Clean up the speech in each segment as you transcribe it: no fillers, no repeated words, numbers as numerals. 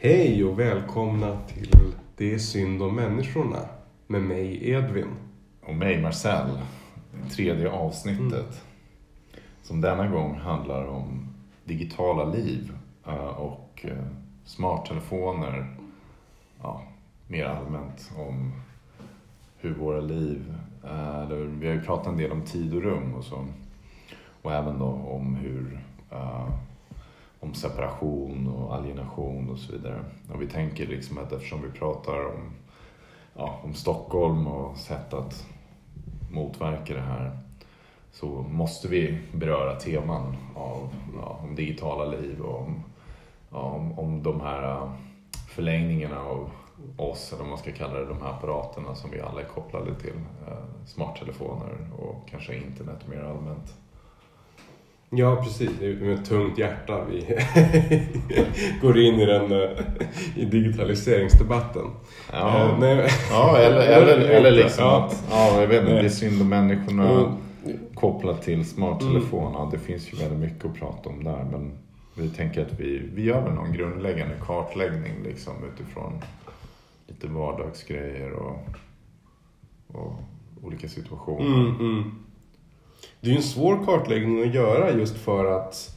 Hej och välkomna till Det är synd om människorna med mig Edvin. Och mig Marcel, det tredje avsnittet. Som denna gång handlar om digitala liv och smarttelefoner. Ja, mer allmänt om hur våra liv, vi har ju pratat en del om tid och rum och så. Och även då om hur, om separation och alienation och så vidare. Och vi tänker liksom att eftersom vi pratar om Stockholm och sätt att motverka det här, så måste vi beröra teman om digitala liv och om de här förlängningarna av oss, eller vad man ska kalla det, de här apparaterna som vi alla är kopplade till, smarttelefoner och kanske internet mer allmänt. Ja, precis. Det är med ett tungt hjärta vi går in i digitaliseringsdebatten. Ja, eller liksom att jag vet inte, det är synd om människorna kopplat till smarttelefoner. Det finns ju väldigt mycket att prata om där, men vi tänker att vi gör väl någon grundläggande kartläggning liksom, utifrån lite vardagsgrejer och olika situationer. Det är ju en svår kartläggning att göra just för att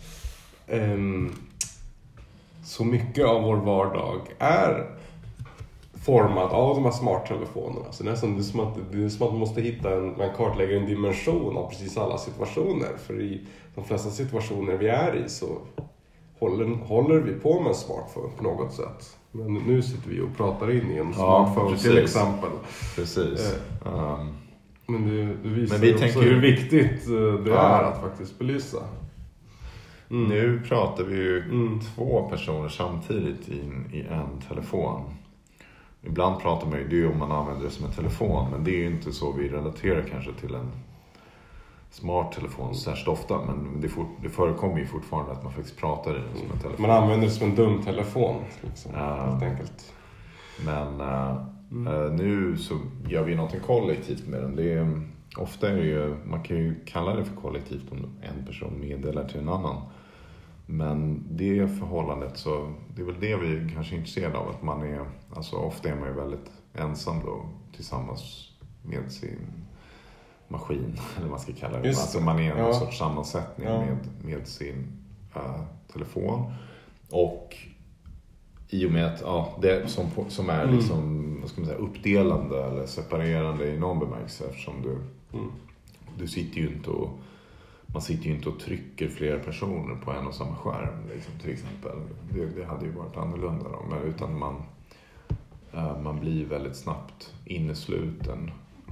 så mycket av vår vardag är formad av de här smarttelefonerna. Så det är som att man måste hitta man kartlägger en dimension av precis alla situationer. För i de flesta situationer vi är i så håller vi på med en smartphone på något sätt. Men nu sitter vi och pratar in i en smartphone till exempel. Precis. Men det visar vi också tänker hur viktigt det är att faktiskt belysa. Nu pratar vi ju två personer samtidigt i en telefon. Ibland pratar man ju det om man använder det som en telefon, men det är ju inte så vi relaterar kanske till en smart telefon särskilt ofta. Men det förekommer ju fortfarande att man faktiskt pratar i den som en telefon. Man använder det som en dum telefon liksom, helt enkelt. Men nu så gör vi någonting kollektivt med den. Ofta är det ju, man kan ju kalla det för kollektivt om en person meddelar till en annan. Men det förhållandet, så det är väl det vi kanske är intresserade av, att man är, alltså ofta är man ju väldigt ensam då tillsammans med sin maskin, eller vad man ska kalla det. Alltså man är en sorts sammansättning med sin telefon. Och i och med att det som är liksom, vad ska man säga, uppdelande eller separerande i någon bemärkelse, eftersom du sitter ju inte och man sitter ju inte och trycker flera personer på en och samma skärm liksom, till exempel. Det hade ju varit annorlunda då, men utan man blir väldigt snabbt innesluten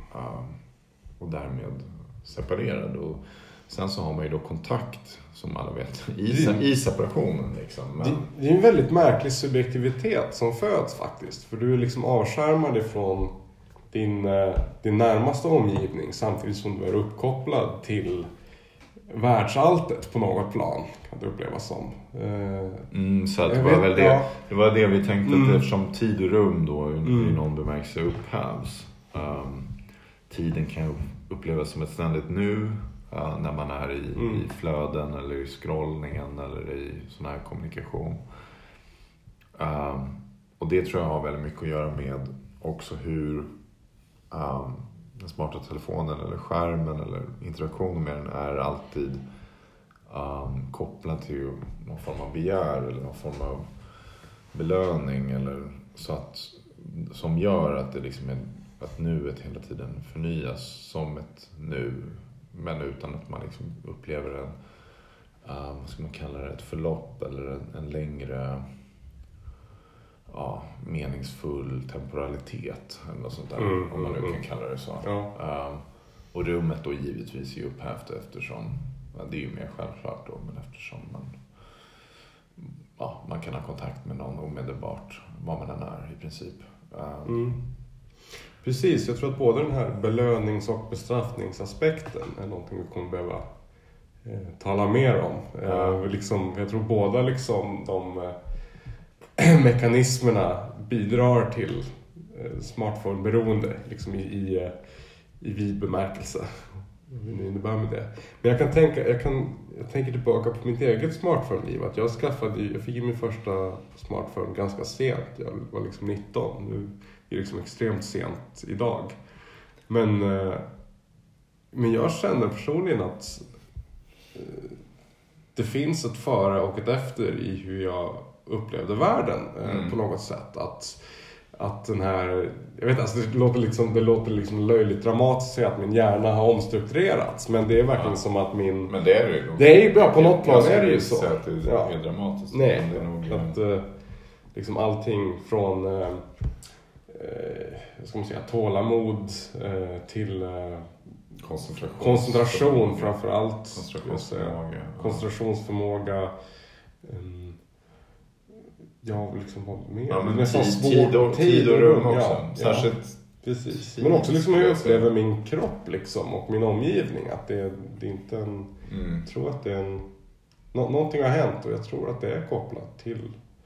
och därmed separerad. Och sen så har man ju då kontakt, som alla vet, i separationen liksom. Men det är en väldigt märklig subjektivitet som föds faktiskt. För du är liksom avskärmad ifrån din närmaste omgivning samtidigt som du är uppkopplad till världsalltet på något plan, kan det upplevas som. Så att det var det vi tänkte, att eftersom tid och rum då i någon bemärkelse upphävs. Tiden kan ju upplevas som ett ständigt nu när man är i flöden eller i scrollningen eller i sån här kommunikation. Och det tror jag har väldigt mycket att göra med också hur den smarta telefonen eller skärmen eller interaktionen med den är alltid kopplad till någon form av begär eller någon form av belöning, eller så att, som gör att det liksom är, att nuet hela tiden förnyas som ett nu, men utan att man liksom upplever vad ska man kalla det, ett förlopp eller en längre meningsfull temporalitet eller något sånt där, om man nu kan kalla det så. Och rummet då givetvis är upphävt, eftersom det är ju mer självklart då, men eftersom man kan ha kontakt med någon omedelbart, vad man än är i princip. Precis, jag tror att både den här belönings- och bestraffningsaspekten är någonting vi kommer behöva tala mer om. Jag tror båda liksom de mekanismerna bidrar till smartphone-beroende liksom i vid bemärkelse. vad det innebär med det. Men jag tänker tillbaka på mitt eget smartphone-liv. Att jag fick min första smartphone ganska sent. Jag var liksom 19. Nu är det liksom extremt sent idag. Men jag känner personligen att det finns ett före och ett efter i hur jag upplevde världen på något sätt. Att den här, jag vet alltså det låter liksom löjligt dramatiskt att säga att min hjärna har omstrukturerats, men det är verkligen som att min... Men det är det ju. Det är på något plan är det ju så. Att det är dramatiskt. Nej, det är nog... att liksom allting från ska man säga, tålamod till koncentration framförallt. Koncentrationsförmåga. Ja, liksom vad mer? Ja, men nästan tid och rum också. Ja, särskilt. Precis. Men också liksom hur jag upplever min kropp liksom, och min omgivning. Att det är inte en... Jag tror att det är en... Någonting har hänt och jag tror att det är kopplat till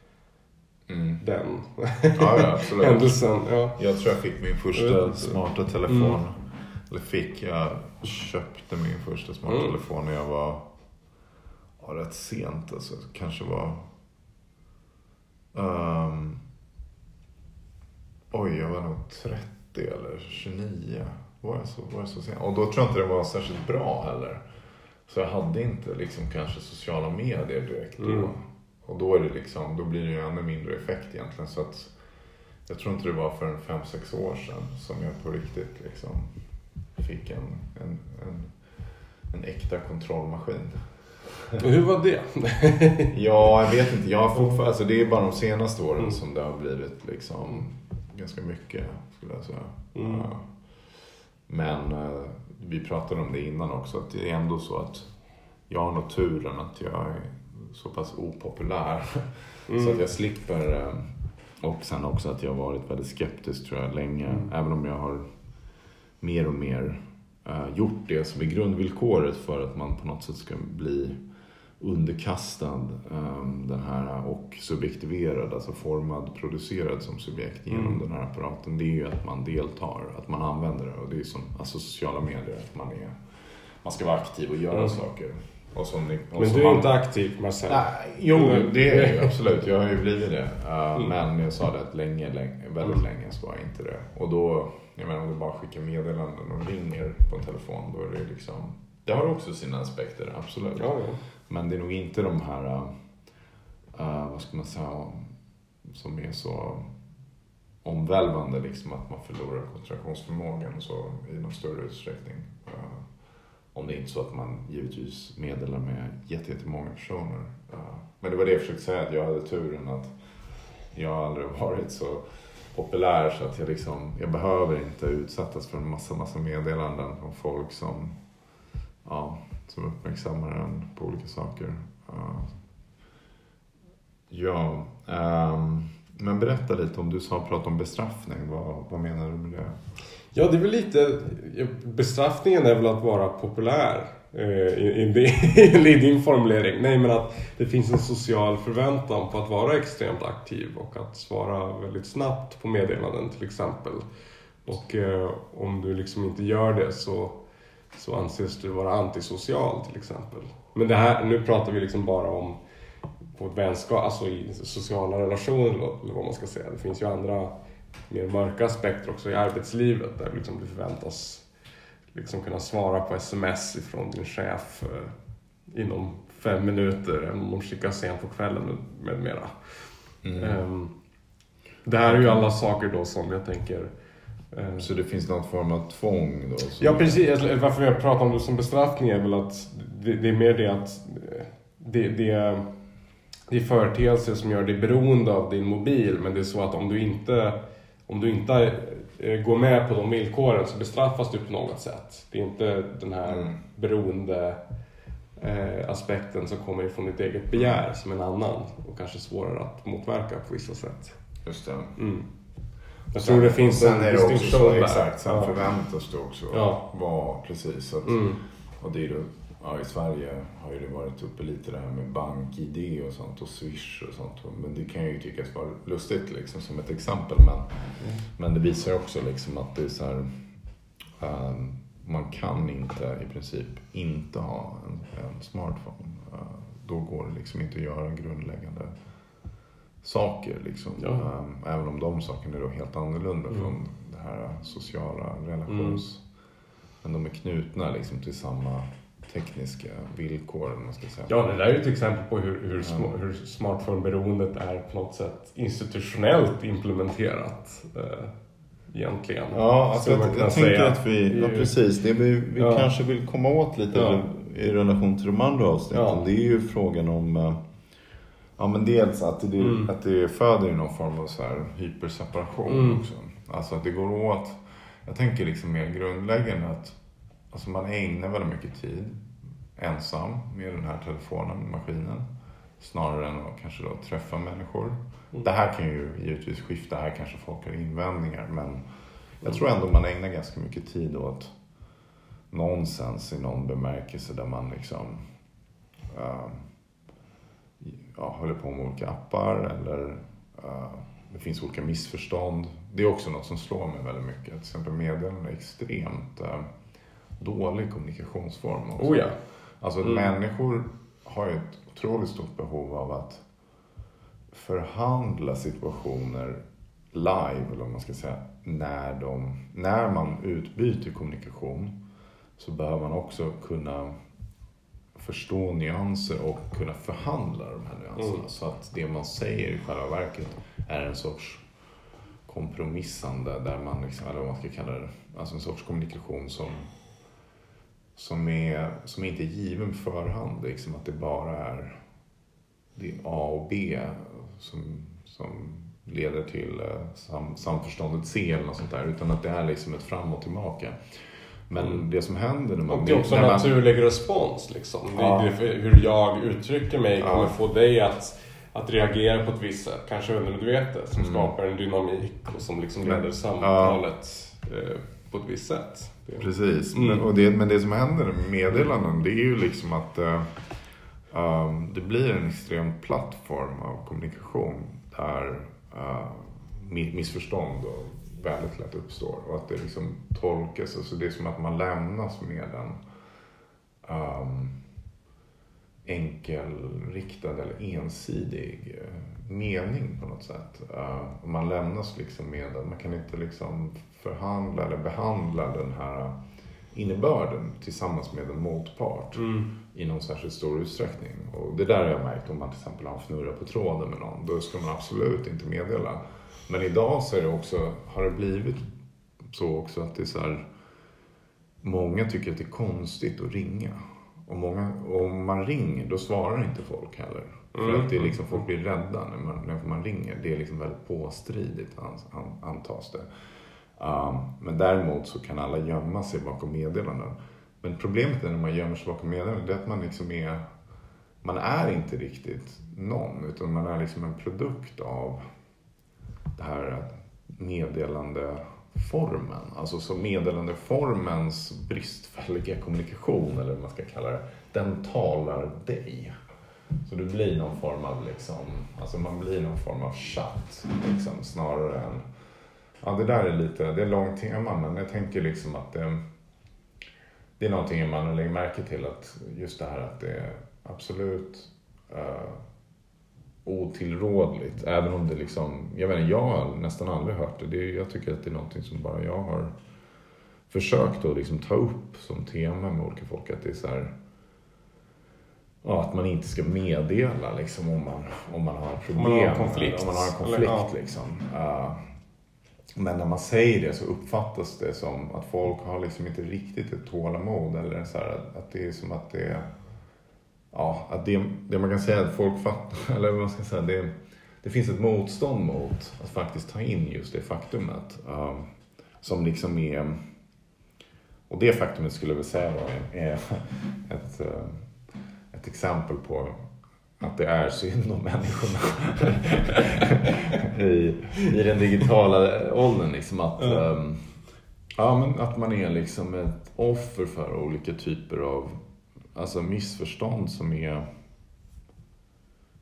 den händelsen. Ja. Jag tror jag fick min första smarta telefon. Jag köpte min första smarta telefon när jag var rätt sent. Alltså, kanske var... jag var nog 30 eller 29. Var jag så sen? Och då tror jag inte det var särskilt bra heller. Så jag hade inte liksom kanske sociala medier direkt. Och då är det liksom, då blir det ju ännu mindre effekt egentligen. Så att jag tror inte det var för 5-6 år sedan som jag på riktigt liksom fick en äkta kontrollmaskin. Hur var det? Ja, jag vet inte. Jag har fortfarande, alltså det är bara de senaste åren som det har blivit liksom ganska mycket, skulle jag säga. Men vi pratade om det innan också, att det är ändå så att jag har nog turen att jag är så pass opopulär så att jag slipper, och sen också att jag har varit väldigt skeptisk tror jag länge, även om jag har mer och mer gjort det som är grundvillkoret för att man på något sätt ska bli underkastad den här och subjektiverad, alltså formad, producerad som subjekt genom den här apparaten. Det är ju att man deltar, att man använder det, och det är som alltså sociala medier, att man ska vara aktiv och göra saker. Men du är inte aktiv, Marcel? Jo, det är ju absolut. Jag har ju blivit det. Men jag sa det att väldigt länge så var jag inte det. Och då, jag menar om du bara skickar meddelanden och ringer på en telefon, då är det liksom... Det har också sina aspekter, absolut. Ja. Men det är nog inte de här, vad ska man säga, som är så omvälvande liksom, att man förlorar koncentrationsförmågan och så i någon större utsträckning. Om det är inte så att man givetvis meddelar med jättemånga personer. Men det var det jag försökte säga, att jag hade turen att jag aldrig varit så populär så att jag behöver inte utsättas för en massa meddelanden från folk som uppmärksammar en på olika saker. Men berätta lite om du pratat om bestraffning. Vad menar du med det? Ja, det är väl lite... Bestraffningen är väl att vara populär i din formulering. Nej, men att det finns en social förväntan på att vara extremt aktiv och att svara väldigt snabbt på meddelanden till exempel. Och om du liksom inte gör det så anses du vara antisocial till exempel. Men det här, nu pratar vi liksom bara om på vänskap, alltså i sociala relationer eller vad man ska säga. Det finns ju andra mer mörka aspekter också i arbetslivet där liksom du förväntas liksom kunna svara på sms ifrån din chef inom 5 minuter om de skickar sent på kvällen med mera. Det här är ju alla saker då som jag tänker... Så det finns någon form av tvång då? Ja, precis. Varför jag pratar om det som bestraffning är väl att det är mer det att det är företeelser som gör dig beroende av din mobil, men det är så att om du inte går med på de villkoren så bestraffas du på något sätt. Det är inte den här beroende aspekten som kommer ifrån ditt eget begär som en annan och kanske svårare att motverka på vissa sätt. Just det. Jag tror det finns en distinktion där. Exakt, sen förväntas det också vara precis. Och det är då, i Sverige har ju det varit uppe lite det här med bank-ID och sånt och Swish och sånt. Men det kan ju tyckas vara lustigt liksom, som ett exempel. Men det visar också liksom att det är så här, man kan inte i princip inte ha en smartphone. Då går det liksom inte att göra grundläggande saker liksom. Även om de sakerna är då helt annorlunda från det här sociala relations. Men de är knutna liksom till samma tekniska villkor, man ska säga. Ja, det där är ju ett exempel på hur smartphone-beroendet är på något sätt institutionellt implementerat egentligen. Ja, alltså jag tänker att precis, det vi kanske vill komma åt lite i relation till de andra avsnitten, det är ju frågan om men dels att det föder någon form av så här hyperseparation också. Alltså att det går åt, jag tänker liksom mer grundläggande att alltså man ägnar väldigt mycket tid ensam med den här telefonen, maskinen, snarare än att kanske då träffa människor. Det här kan ju givetvis skifta, här kanske folk har invändningar, men jag tror ändå man ägnar ganska mycket tid åt nonsens i någon bemärkelse där man liksom håller på med olika appar eller det finns olika missförstånd. Det är också något som slår mig väldigt mycket. Till exempel meddelanden är extremt dålig kommunikationsform också. Oh ja. Alltså människor har ju ett otroligt stort behov av att förhandla situationer live, eller vad man ska säga, när man utbyter kommunikation, så behöver man också kunna förstå nyanser och kunna förhandla de här nyanserna så att det man säger i själva verket är en sorts kompromissande där man liksom, eller vad man ska kalla det, alltså en sorts kommunikation som inte är given på förhand, liksom att det bara är A och B som leder till samförståndet C eller något sånt där, utan att det är liksom ett fram och tillbaka. Men det som händer när man... Och det är också en naturlig respons liksom. Hur jag uttrycker mig kommer få dig att reagera på ett visst sätt, kanske undermedvetet, som skapar en dynamik och som liksom leder samtalet på ett visst sätt. Precis, men det som händer med meddelanden, det är ju liksom att det blir en extrem plattform av kommunikation där missförstånd och väldigt lätt uppstår och att det liksom tolkas, alltså det är som att man lämnas med en enkelriktad eller ensidig mening på något sätt. Och man lämnas liksom med att man kan inte liksom förhandla eller behandla den här innebörden tillsammans med en motpart i någon särskilt stor utsträckning. Och det där har jag märkt om man till exempel har en fnurra på tråden med någon, då ska man absolut inte meddela. Men idag så är det också, har det blivit så också att det är så här, många tycker att det är konstigt att ringa. Och om man ringer, då svarar inte folk heller. För att det är liksom, folk blir rädda när man ringer. Det är liksom väldigt påstridigt, antas det. Men däremot så kan alla gömma sig bakom meddelanden. Men problemet är när man gömmer sig bakom meddelanden, det är att man liksom man är inte riktigt någon, utan man är liksom en produkt av det här meddelandeformen. Alltså så meddelandeformens bristfälliga kommunikation, eller vad man ska kalla det, den talar dig. Så du blir någon form av liksom, alltså man blir någon form av chatt liksom, snarare än, det där är lite, det är långt tema, men jag tänker liksom att det är någonting man lägger märke till, att just det här att det är absolut otillrådligt, även om det liksom, jag har nästan aldrig hört det. Jag tycker att det är någonting som bara jag har försökt att liksom ta upp som tema med olika folk, att det är så här, att man inte ska meddela liksom om man har problem, om man har en konflikt, liksom. Men när man säger det så uppfattas det som att folk har liksom inte riktigt ett tålamod, eller så här, att det är som att det att det man kan säga att folk fattar, eller vad man ska säga, det finns ett motstånd mot att faktiskt ta in just det faktumet som liksom är, och det faktumet skulle jag väl säga är ett exempel på att det är synd om människorna i den digitala åldern liksom, att men att man är liksom ett offer för olika typer av alltså missförstånd som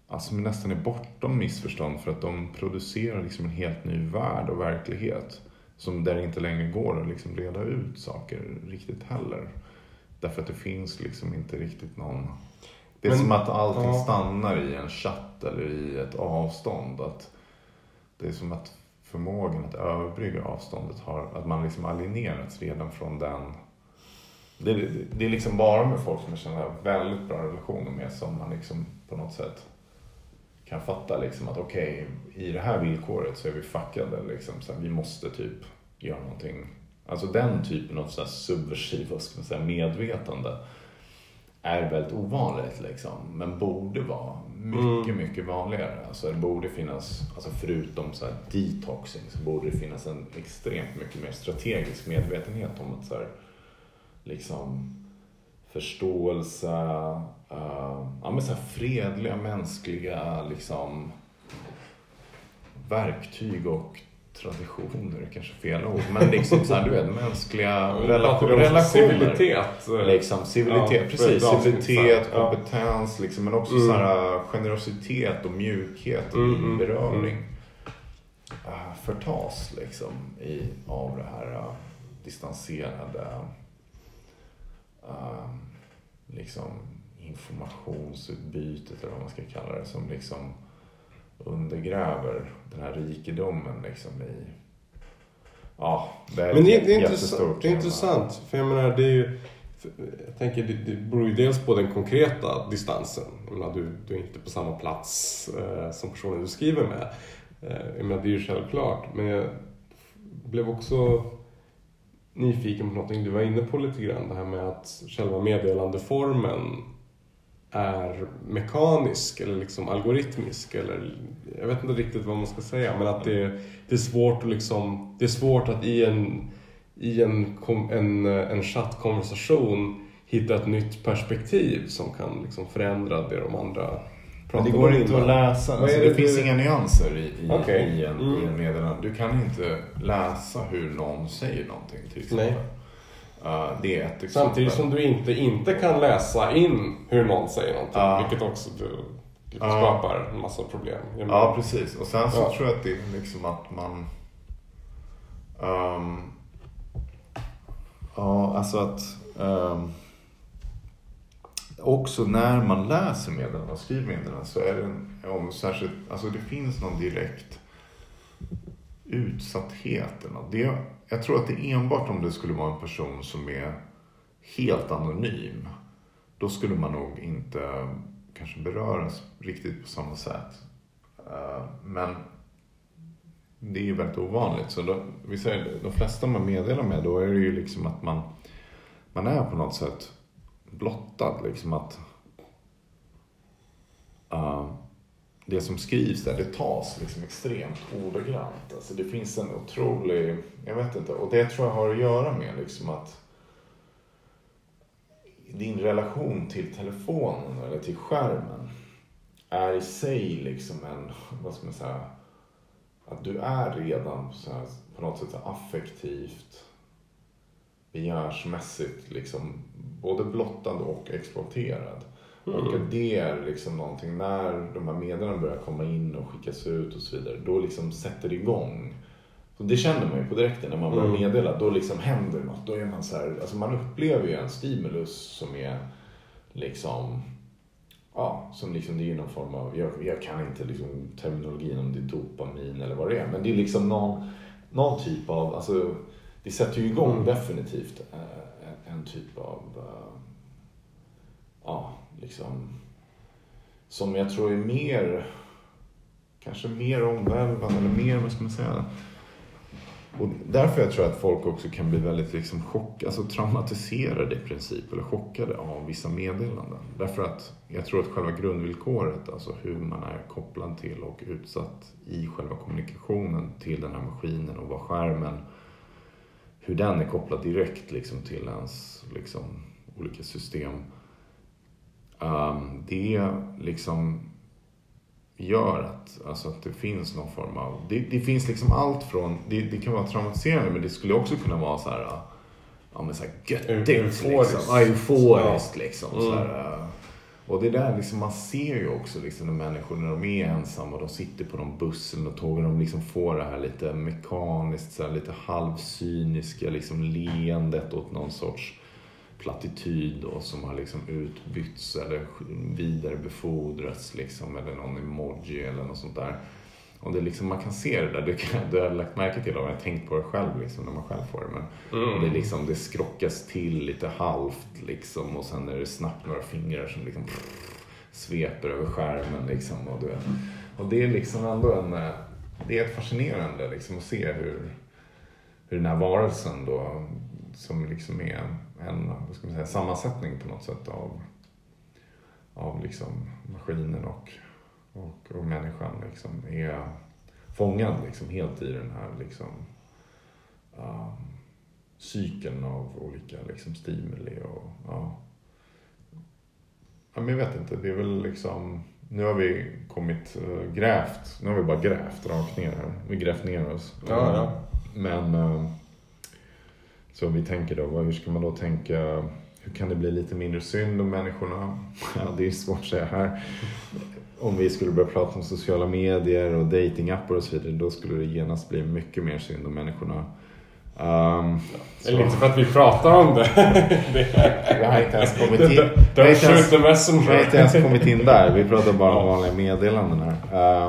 nästan är bortom missförstånd, för att de producerar liksom en helt ny värld och verklighet som där det inte längre går att liksom reda ut saker riktigt heller. Därför att det finns liksom inte riktigt någon... Det är som att allting stannar i en chatt eller i ett avstånd. Att det är som att förmågan att överbrygga avståndet har... Att man liksom alienerats redan från den... Det är liksom bara med folk som jag känner väldigt bra relationer med som man liksom på något sätt kan fatta liksom att okej, i det här villkoret så är vi fuckade liksom, så vi måste typ göra någonting. Alltså den typen av så här subversiv, vad ska man säga, medvetande är väldigt ovanligt liksom, men borde vara mycket vanligare. Alltså det borde finnas, alltså förutom så här detoxing, så borde det finnas en extremt mycket mer strategisk medvetenhet om att så här, liksom förståelse, men så här fredliga, mänskliga liksom verktyg och traditioner är kanske fel ord, men liksom så här, du vet, mänskliga relationer, civilitet, liksom civilitet, precis, civilitet, kompetens liksom, men också så här generositet och mjukhet och beröring förtas liksom av det här distanserade liksom informationsutbytet eller vad man ska kalla det, som liksom undergräver den här rikedomen liksom i... Ja, det är, men det är intressant, för jag menar, det är ju, jag tänker det beror ju dels på den konkreta distansen. Jag menar, du är inte på samma plats som personen du skriver med. Jag menar, det är ju självklart, men jag blev också nyfiken på någonting du var inne på lite grann, det här med att själva meddelandeformen är mekanisk eller liksom algoritmisk, eller jag vet inte riktigt vad man ska säga, men att det är svårt att liksom, det är svårt att i en chattkonversation hitta ett nytt perspektiv som kan liksom förändra det de andra pratar om. Det går inte att läsa, alltså, det finns inga nyanser i en meddelande. Du kan inte läsa hur någon säger någonting till exempel. Nej. Det är ett exempel. Samtidigt som du inte kan läsa in hur någon säger någonting, vilket också skapar en massa problem. Ja, precis. Och sen så tror jag att det är liksom att man alltså att också när man läser meddelanden och skriver meddelanden så är det särskilt, alltså det finns någon direkt utsatthet eller något. Jag tror att det är enbart om det skulle vara en person som är helt anonym, då skulle man nog inte kanske beröras riktigt på samma sätt. Men det är ju väldigt ovanligt. Så då, vi säger, de flesta man meddelar med, då är det ju liksom att man är på något sätt blottad. Liksom att det som skrivs där, det tas liksom extremt ordagrant. Alltså det finns en otrolig, jag vet inte, och det tror jag har att göra med liksom att din relation till telefonen eller till skärmen är i sig liksom en, vad ska man säga, att du är redan så här, på något sätt affektivt, begärsmässigt liksom både blottad och exploaterad. Och att det är liksom någonting, när de här meddelandena börjar komma in och skickas ut och så vidare, då liksom sätter det igång. Så det känner man ju på direkten när man börjar meddela, då liksom händer något. Då är man så här, alltså man upplever ju en stimulus som är liksom, som liksom, det är någon form av, jag kan inte liksom terminologin om det är dopamin eller vad det är, men det är liksom någon typ av, alltså det sätter ju igång definitivt en typ av liksom, som jag tror är mer, kanske mer omvälvande eller mer, vad ska man säga, och därför jag tror att folk också kan bli väldigt liksom alltså traumatiserade i princip, eller chockade av vissa meddelanden. Därför att jag tror att själva grundvillkoret, alltså hur man är kopplad till och utsatt i själva kommunikationen till den här maskinen och vad skärmen, hur den är kopplad direkt liksom till ens liksom olika system, det liksom gör att det finns någon form av, det finns liksom allt från, det kan vara traumatiserande, men det skulle också kunna vara så här, men så här göttigt liksom, euforiskt liksom, så här, Och det där liksom, man ser ju också liksom, när människor när de är ensamma och de sitter på de bussen och tågen, de liksom får det här lite mekaniskt, så här, lite halvcyniska liksom, leendet åt någon sorts plattityd då, som har liksom utbytts eller vidarebefordrats liksom, eller någon emoji eller något sånt där. Och det är liksom, man kan se det där, det har jag lagt märke till och jag har tänkt på det själv liksom, när man själv får det. Men det, är liksom, det skrockas till lite halvt liksom, och sen är det snabbt några fingrar som liksom sveper över skärmen liksom, och det är liksom ändå det är fascinerande liksom, att se hur den här varelsen då, som liksom är en, vad ska man säga, sammansättning på något sätt av liksom maskinen och människan liksom är fångad liksom helt i den här liksom cykeln av olika liksom stimuli och ja, men jag vet inte, det är väl liksom, nu har vi kommit nu har vi bara grävt rakt ner här, vi grävt ner oss. Ja. Men så vi tänker då, hur ska man då tänka, hur kan det bli lite mindre synd om människorna? Ja, det är svårt att säga här. Om vi skulle börja prata om sociala medier och datingappar och så vidare, då skulle det genast bli mycket mer synd om människorna. Eller inte för att vi pratar om det. Jag har inte ens kommit in. Jag har inte ens kommit in där. Vi pratar bara om vanliga meddelanden här.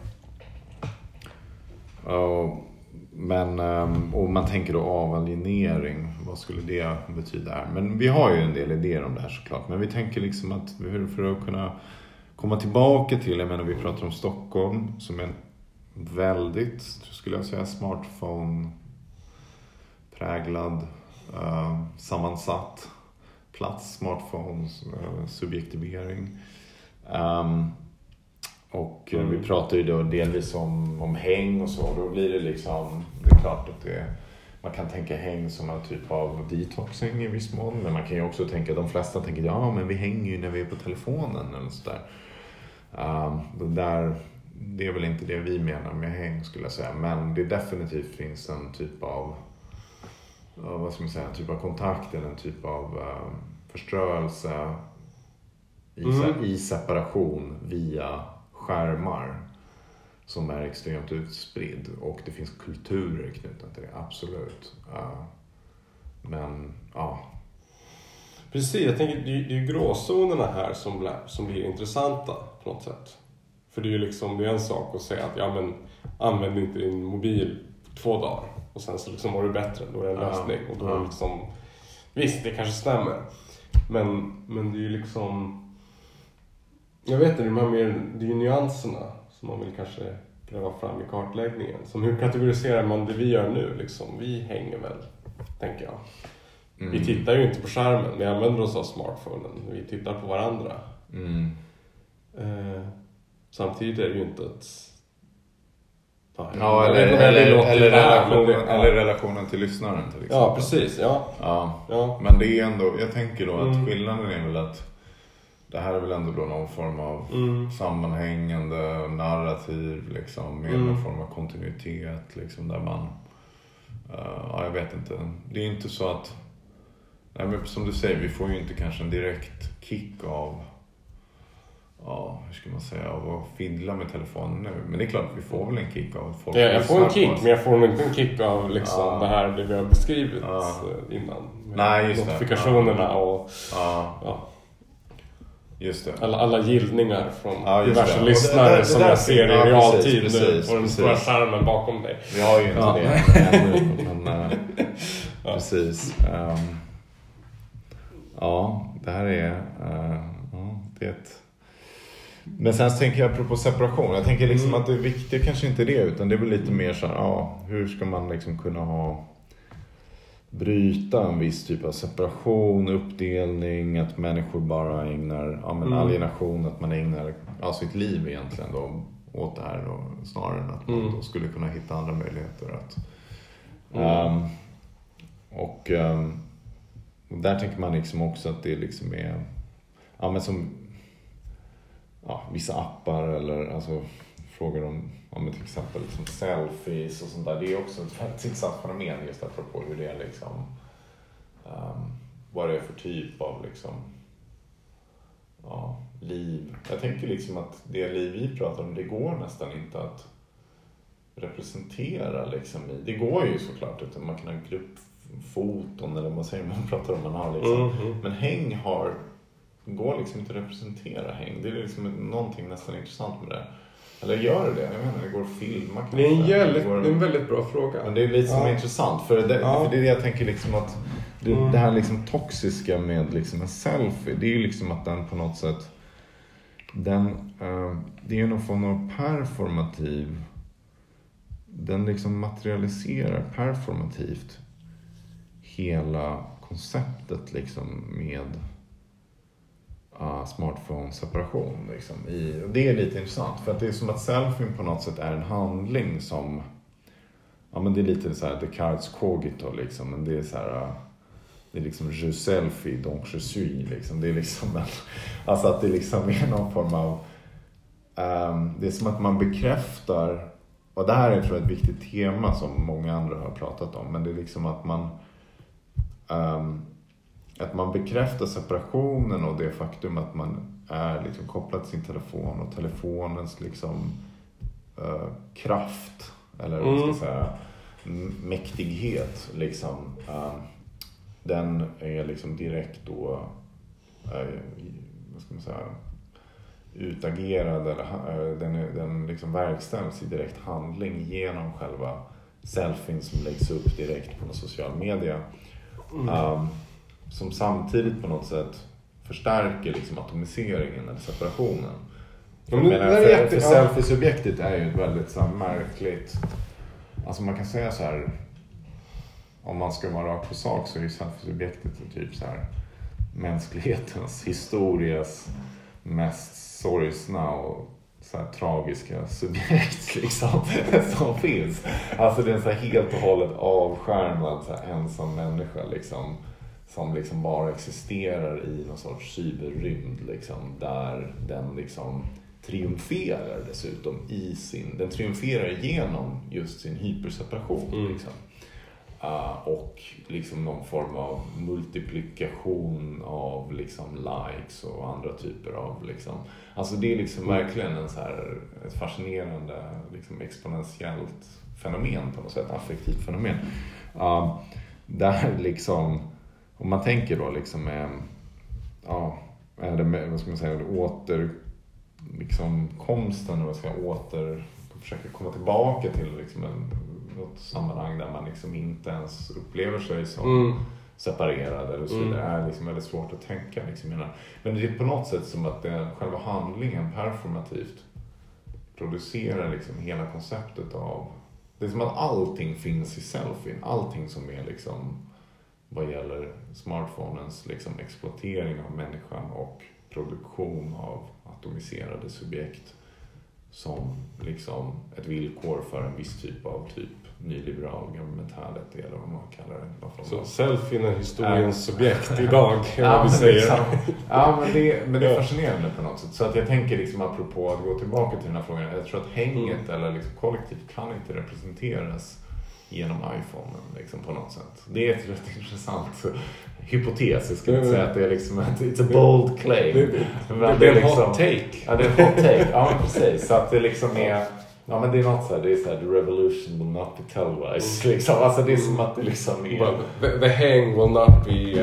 Men och man tänker då avalienering, vad skulle det betyda här? Men vi har ju en del idéer om det här såklart. Men vi tänker liksom att för att kunna komma tillbaka till, jag menar vi pratar om Stockholm som en väldigt, skulle jag säga, smartphone präglad, sammansatt plats, smartphones, subjektivering. Och vi pratar ju då delvis om häng och så. Då blir det liksom, det är klart att man kan tänka häng som en typ av detoxing i viss mån. Men man kan ju också tänka, de flesta tänker, ja men vi hänger ju när vi är på telefonen eller sådär. Det är väl inte det vi menar med häng, skulle jag säga. Men det definitivt finns en typ av, vad ska man säga, en typ av kontakt eller en typ av förströelse i separation via skärmar som är extremt utspridd, och det finns kulturer knutna till det, absolut. Men ja. Precis, jag tänker det är ju gråzonerna här som blir intressanta på något sätt. För det är ju liksom, det är en sak att säga att ja men använd inte din mobil 2 dagar och sen så liksom var det bättre, då är det en lösning och då är det liksom, visst det kanske stämmer, men det är ju liksom, jag vet inte, det är ju nyanserna som man vill kanske gräva fram i kartläggningen. Som hur kategoriserar man det vi gör nu liksom? Vi hänger väl, tänker jag. Vi tittar ju inte på skärmen, vi använder oss av smartphonen. Vi tittar på varandra. Samtidigt är det ju inte ett... eller relationen till lyssnaren till exempel. Ja, precis. Ja. Men det är ändå, jag tänker då att skillnaden är väl att det här är väl ändå då någon form av sammanhängande narrativ liksom, med någon form av kontinuitet liksom, där man jag vet inte, det är inte så att, nej, men som du säger, vi får ju inte kanske en direkt kick av hur ska man säga, av att fiddla med telefonen nu, men det är klart vi får väl en kick av folk. Jag får en kick, men jag får inte en kick av liksom det här det vi har beskrivit innan. Nej, just notifikationerna och just det. Alla gillningar från diverse lyssnare som jag ser i realtid nu på den stora skärmen bakom dig. Vi har ju inte det men precis. Det här är det. Men sen tänker jag apropå separation. Jag tänker liksom att det viktiga kanske inte är det, utan det är väl lite mer så här, hur ska man liksom kunna bryta en viss typ av separation, uppdelning, att människor bara ägnar alienation, att man ägnar sitt liv egentligen då åt det här då, snarare än att man då skulle kunna hitta andra möjligheter att och där tänker man liksom också att det liksom är men som vissa appar eller alltså frågor om till exempel liksom selfies och sånt där. Det är också ett väldigt intressant fenomen just apropå hur det är liksom vad det är för typ av liksom liv. Jag tänker liksom att det liv vi pratar om, det går nästan inte att representera liksom i. Det går ju såklart utan man kan ha gruppfoton eller vad säger man pratar om man har liksom. Men häng går liksom inte att representera häng. Det är liksom någonting nästan intressant med det. Eller gör det? Jag menar, det går att filma kanske. Det är en väldigt bra fråga. Men det är lite som är intressant. För det är det jag tänker liksom att det här liksom toxiska med liksom en selfie. Det är ju liksom att den på något sätt det är ju någon form av performativ. Den liksom materialiserar performativt hela konceptet liksom med smartphone-separation liksom. Det är lite intressant för att det är som att selfie på något sätt är en handling som men det är lite så här Descartes cogito liksom, men det är så här det är liksom je selfie donc je suis liksom. Det är liksom alltså att det liksom är någon form av det är som att man bekräftar, och det här är tror jag ett viktigt tema som många andra har pratat om, men det är liksom att man bekräftar separationen och det faktum att man är liksom kopplad till sin telefon och telefonens liksom kraft eller vad ska jag säga mäktighet liksom den är liksom direkt då vad ska man säga utagerad eller den liksom verkställs i direkt handling genom själva selfien som läggs upp direkt på social media. Som samtidigt på något sätt förstärker liksom atomiseringen eller separationen. För selfie-subjektet är ju ett väldigt så här märkligt, alltså man kan säga så här, om man ska vara rakt på sak så är ju selfie-subjektet typ så här mänsklighetens historias mest sorgsna och så här tragiska subjekt liksom som finns. Alltså det är en så här helt och hållet avskärmad så här ensam människa liksom som liksom bara existerar i någon sorts cyberrymd liksom där den liksom triumferar dessutom den triumferar genom just sin hyperseparation liksom. Och liksom någon form av multiplikation av liksom likes och andra typer av liksom, alltså det är liksom verkligen en så här ett fascinerande liksom exponentiellt fenomen på något sätt, affektivt fenomen. Där liksom om man tänker då liksom är det vad ska man säga liksom konsten och försöka komma tillbaka till liksom något sammanhang där man liksom inte ens upplever sig som separerad eller så vidare. Det är liksom väldigt svårt att tänka liksom. Men det är på något sätt som att själva handlingen performativt producerar liksom hela konceptet av, det är som att allting finns i selfien, allting som är liksom vad gäller smartphonens liksom exploatering av människan och produktion av atomiserade subjekt som liksom ett villkor för en viss typ av nyliberal governmentality eller vad man kallar det. Så selfien är historiens subjekt idag, vi säger. Liksom, men det är fascinerande på något sätt. Så att jag tänker liksom apropå att gå tillbaka till den här frågan, jag tror att hänget eller liksom kollektivt kan inte representeras genom iPhonen liksom på något sätt. Det är ett rätt intressant hypotes. Jag skulle inte säga att det är liksom it's a bold claim. Det är en hot take. Ja, det är en hot take. Ja, men precis. Så att det liksom är, ja men det är något så här, det är så här, the revolution will not be televised liksom. Alltså det är som att det liksom är the hang will not be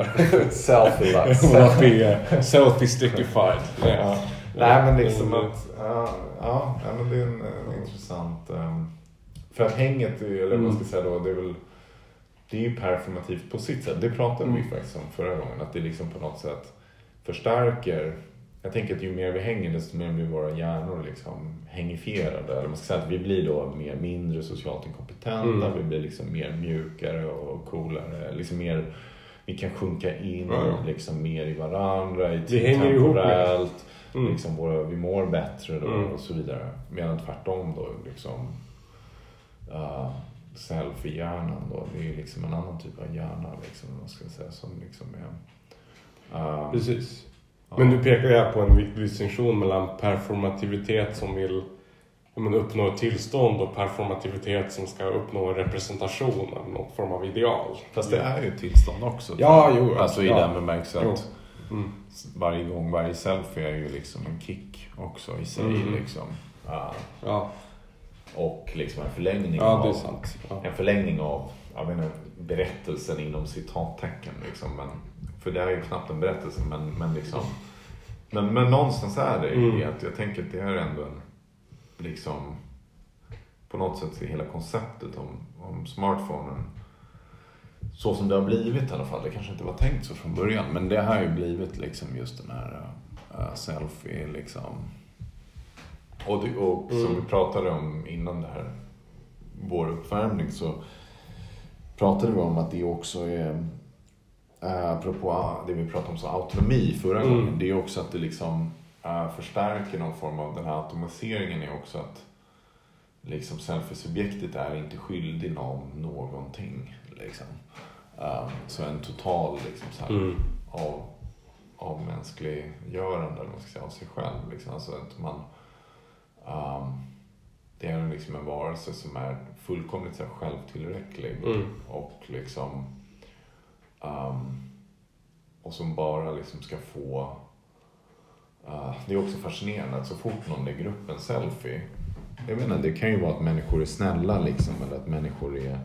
selfie stickified. Yeah. Nej men liksom att men det är en intressant för att hänget, eller vad ska jag säga då, det är ju performativt på sitt sätt. Det pratade vi faktiskt om förra gången, att det liksom på något sätt förstärker. Jag tänker att ju mer vi hänger, desto mer blir våra hjärnor liksom hängifierade. Eller man ska säga att vi blir då mindre socialt inkompetenta, vi blir liksom mer mjukare och coolare, liksom mer, vi kan sjunka in liksom mer i varandra, det hänger ihop med liksom vi mår bättre då, och så vidare. Medan tvärtom då liksom selfie-hjärnan då, det är liksom en annan typ av hjärna liksom, man ska säga, som liksom är precis. Men du pekar ju här på en viktig distinktion mellan performativitet som vill uppnå ett tillstånd och performativitet som ska uppnå en representation av någon form av ideal. Fast det är ju ett tillstånd också. Ja, jo. Alltså i den bemärkelsen att Varje selfie är ju liksom en kick också i sig liksom. Ja. Och liksom en förlängning det är sant. En förlängning av, jag menar, berättelsen inom citattecken liksom, men för det är ju knappt en berättelse, men liksom men någonstans är det att jag tänker att det är ändå en liksom på något sätt är hela konceptet om smartphonen så som det har blivit i alla fall. Det kanske inte var tänkt så från början, men det har ju blivit liksom just den här selfie liksom. Och som vi pratade om innan det här vår uppvärmning, så pratade vi om att det också är apropå det vi pratade om som autonomi förra gången, det är också att det liksom förstärker någon form av den här automatiseringen, är också att liksom selfie-subjektet är inte skyldig någonting liksom. Så en total liksom så här, av mänskliggörande eller man ska säga, av sig själv liksom. Alltså att man det är liksom en varelse som är fullkomligt så här, självtillräcklig och liksom och som bara liksom ska få det är också fascinerande att så fort någon lägger upp en selfie, jag menar, det kan ju vara att människor är snälla liksom, eller att människor är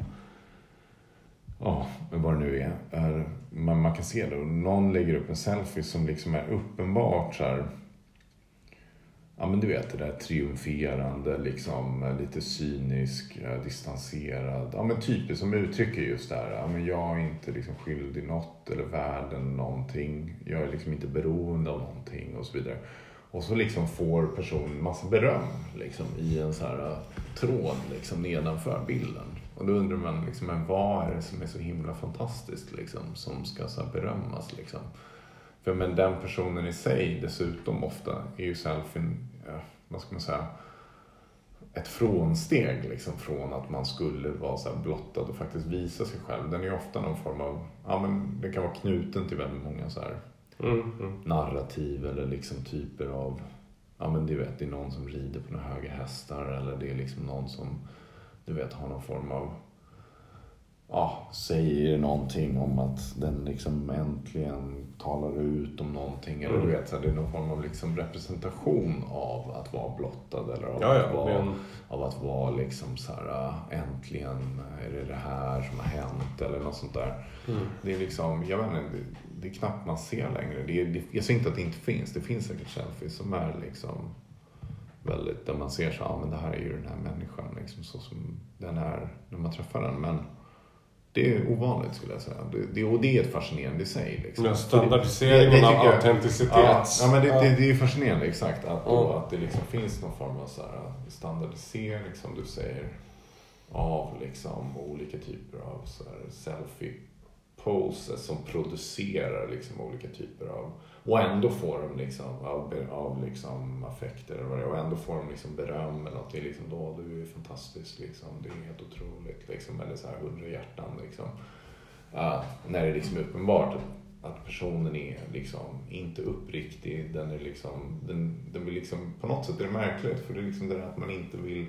men vad det nu är man kan se det, och någon lägger upp en selfie som liksom är uppenbart så här, men du vet det där triumferande liksom, lite cynisk, distanserad, men typiskt som uttrycker just det här, men jag är inte liksom skyldig något eller världen någonting, jag är liksom inte beroende av någonting och så vidare. Och så liksom får personen massa beröm liksom, i en så här tråd liksom, nedanför bilden. Och då undrar man liksom, men vad är det som är så himla fantastiskt liksom, som ska så här berömmas liksom. För men den personen i sig dessutom ofta är ju selfien, vad ska man säga, ett frånsteg liksom, från att man skulle vara så här blottad och faktiskt visa sig själv. Den är ju ofta någon form av, men det kan vara knuten till väldigt många så här narrativ eller liksom typer av, men du vet, det är någon som rider på några höga hästar, eller det är liksom någon som, du vet, har någon form av säger någonting om att den liksom äntligen talar ut om någonting, eller du vet, så här, det är någon form av liksom representation av att vara blottad, eller av att vara liksom så här, äntligen är det här som har hänt eller något sånt där. Det är liksom, jag vet inte, det är knappt man ser längre. Jag ser inte att det inte finns. Det finns säkert selfies som är liksom väldigt, där man ser så, men det här är ju den här människan liksom, så som den är när man träffar den, men det är ovanligt skulle jag säga. Och det är ett fascinerande i sig. Liksom. Men standardiseringen av autenticitet. Men det är fascinerande, exakt. Att det liksom finns någon form av så här standardisering, som du säger, av liksom olika typer av så här selfie-poses som producerar liksom olika typer av, och ändå får de liksom av liksom affekter eller vad det är, och ändå får de liksom beröm eller något, det är liksom då du är fantastisk liksom, det är helt otroligt liksom, eller så här 100 hjärtan liksom. När det liksom är uppenbart att personen är liksom inte uppriktig, den är liksom den vill liksom, på något sätt är det märkligt, för det är liksom det att man inte vill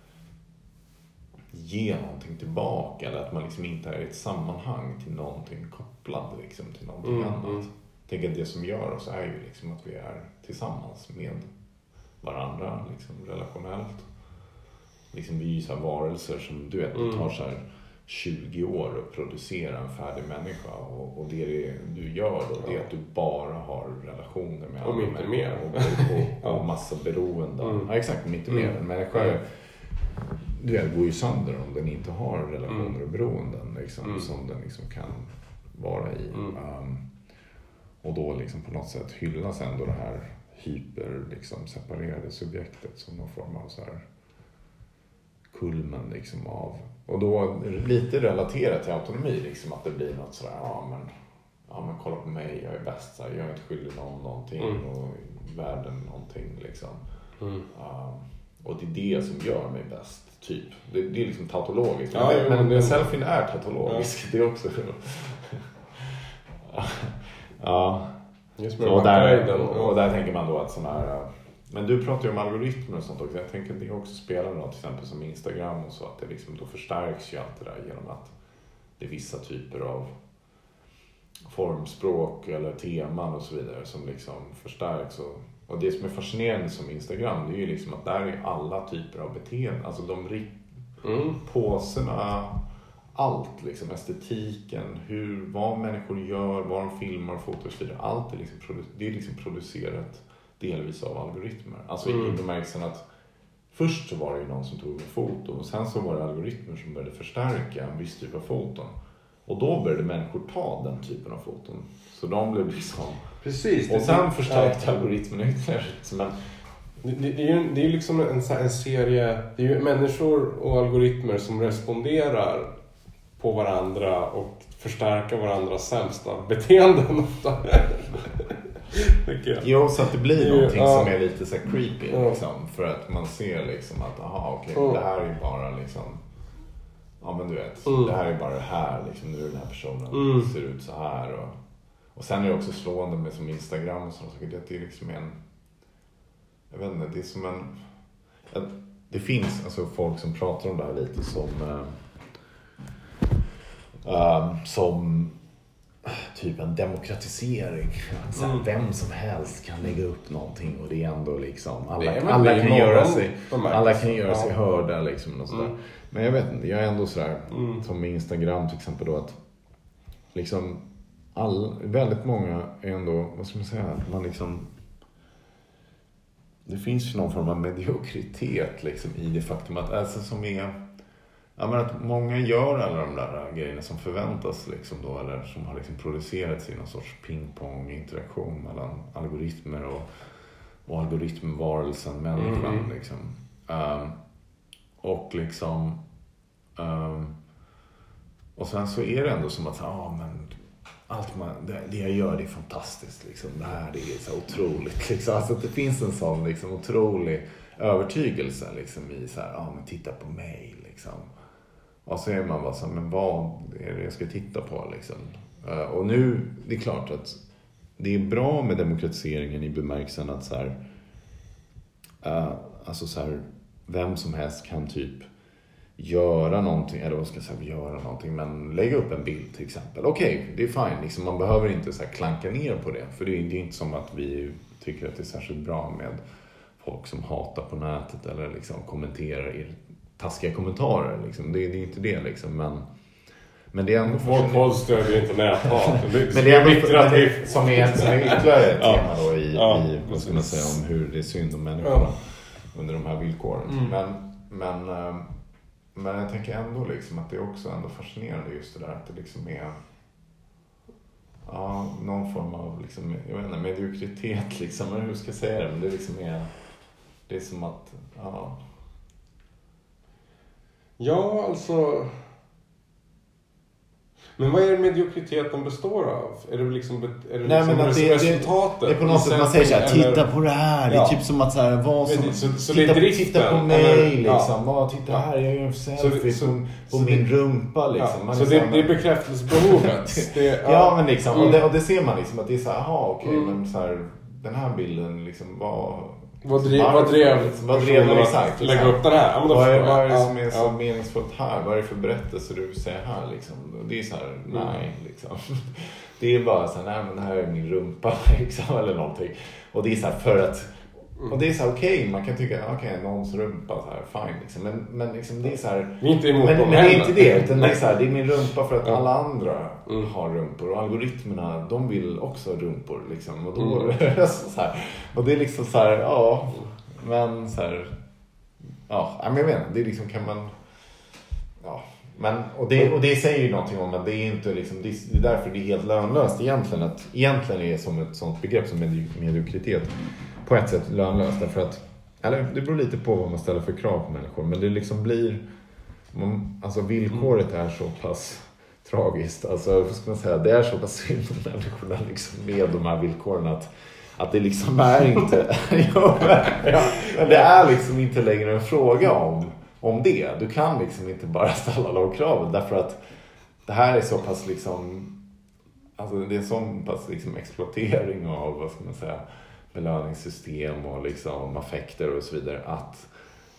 ge någonting tillbaka, eller att man liksom inte är i ett sammanhang till någonting kopplad liksom, till någonting annat. Jag tänker att det som gör oss är ju liksom att vi är tillsammans med varandra liksom, relationellt. Liksom, vi är ju så här varelser som, du vet, det tar så här 20 år att producera en färdig människa, och det du gör då, det är att du bara har relationer med andra människor och massa beroenden. Ja, exakt, om inte mer. En människa, du vet, går ju sönder om den inte har relationer och beroenden liksom, som den liksom kan vara i. Och då liksom på något sätt hyllas ändå det här hyper liksom separerade subjektet som någon form av så här kulmen liksom av, och då lite relaterat till autonomi liksom, att det blir något sådär, men kolla på mig, jag är bäst så här, jag är inte skyldig någonting och världen någonting liksom. Och det är det som gör mig bäst typ. Det är liksom tautologiskt. Men selfien är tautologisk. Det är också och där tänker man då att sån här, men du pratar ju om algoritmer och sånt också. Jag tänker att det också spelar något, till exempel som Instagram och så, att det liksom då förstärks ju allt det där genom att det är vissa typer av formspråk eller teman och så vidare som liksom förstärks. Och det som är fascinerande som Instagram, det är ju liksom att där är alla typer av beteenden. Alltså påserna, allt liksom, estetiken, vad människor gör, vad de filmar, fotar och så vidare. Allt är liksom, det är liksom producerat delvis av algoritmer. Alltså i bemärkelsen att först så var det ju någon som tog en foto och sen så var det algoritmer som började förstärka en viss typ av foton. Och då började människor ta den typen av foton. Så de blev liksom... Precis. Och sen förstärkte algoritmen ytterligare. Men det är ju liksom en serie... Det är ju människor och algoritmer som responderar på varandra och förstärker varandras sämsta beteenden ofta. Jo, så att det blir någonting som är lite så creepy liksom, för att man ser liksom att det här är ju bara liksom, ja men du vet, det här är bara det här liksom, nu är den här personen ser ut så här och sen är det också slående med som Instagram och sådana saker, det är liksom jag vet inte, det är som det finns alltså folk som pratar om det här lite som typ en demokratisering. Så vem som helst kan lägga upp någonting och det är ändå liksom alla kan göra sig hörda liksom och sådär. Men jag vet inte, jag är ändå sådär som med Instagram till exempel då, att liksom väldigt många är ändå, vad ska man säga, man liksom, det finns ju någon form av mediokritet liksom i det faktum att alltså som är, ja, men att många gör alla de där grejerna som förväntas liksom då, eller som har liksom producerats i någon sorts pingpong-interaktion mellan algoritmer och algoritmvarelsen, människan liksom. Och liksom och sen så är det ändå som att men allt det jag gör, det är fantastiskt liksom. Det här, det är så otroligt liksom. Alltså att det finns en sån liksom otrolig övertygelse liksom i så här, men titta på mig liksom. Och så är man bara så här, men vad är det jag ska titta på liksom? Och nu, det är klart att det är bra med demokratiseringen i bemärkelsen att så här, alltså så här, vem som helst kan typ göra någonting, eller vad ska jag säga, göra någonting, men lägga upp en bild till exempel. Okej, det är fine, liksom, man behöver inte så här klanka ner på det, för det är inte som att vi tycker att det är särskilt bra med folk som hatar på nätet eller liksom kommenterar i taskiga kommentarer liksom. Det är inte det liksom, men det är ändå folk stödjer inte näthat. Men det är ändå som är ytterligare ett tema då i vad ska man säga, om hur det är synd om människorna under de här villkoren. Men jag tänker ändå liksom att det är också ändå fascinerande just det där att det liksom är någon form av liksom, jag vet inte, mediokritet liksom, eller hur ska jag säga det, men det liksom det är som att Ja, alltså... Men vad är det mediokriteten består av? Är det liksom resultatet? Det är på något sätt man säger så här, titta på det här. Det är typ som att så här, vad som titta på mig liksom. Titta här, jag gör en selfie på min rumpa liksom. Så det är bekräftelsebehovet. Ja, men liksom och det ser man liksom att det är så här, men så här, den här bilden liksom Vad drev exakt? Lägga upp den här. Vad är det som är så meningsfullt här? Vad är det för berättelse du säger här liksom? Det är så här, nej liksom. Det är bara så här, nej men det här är min rumpa liksom, eller någonting. Och det är så här för att och det är så här, okej, man kan tycka någons rumpa så här, fine liksom. Men liksom det är så här, vi är inte emot men det är inte det, utan det är så här, det är min rumpa för att alla andra har rumpor, och algoritmerna, de vill också ha rumpor liksom, och då så här, och det är liksom så här, men så här, men jag vet inte, det är liksom, kan man men och det säger ju någonting om att det är inte liksom, det är därför det är helt lönlöst egentligen, att egentligen är det som ett sånt begrepp som mediokritet på ett sätt lönlöst, därför att, eller det beror lite på vad man ställer för krav på människor, men det liksom blir, alltså villkoret är så pass tragiskt, alltså vad ska man säga, det är så pass synd om människorna liksom med de här villkoren att det liksom är inte det är liksom inte längre en fråga om det. Du kan liksom inte bara ställa de kraven, därför att det här är så pass liksom, alltså det är så pass liksom exploatering av, vad ska man säga, belöningssystem och liksom affekter och så vidare, att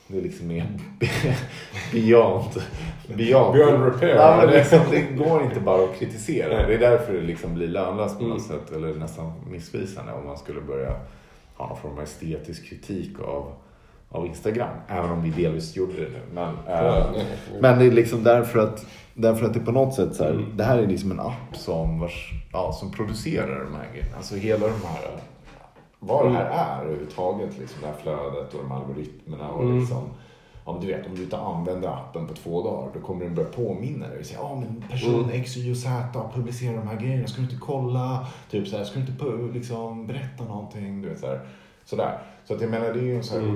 det är liksom mer beyond repair. Ja, men liksom, det går inte bara att kritisera. Det är därför det liksom blir lönlöst på något sätt, eller nästan missvisande om man skulle börja ha någon form av estetisk kritik av Instagram, även om vi delvis gjorde det nu. Men det är liksom därför att det på något sätt så här, det här är liksom en app som producerar de här grejerna. Alltså hela de här, vad det här är överhuvudtaget, liksom det här flödet och de algoritmerna och liksom, du vet, om du inte använder appen på 2 dagar, då kommer den börja påminna dig och säga, men person X, Y och Z publicerar de här grejerna, ska du inte kolla, typ så här, ska du inte liksom berätta någonting, du vet sådär. Så att jag menar, det är ju en så här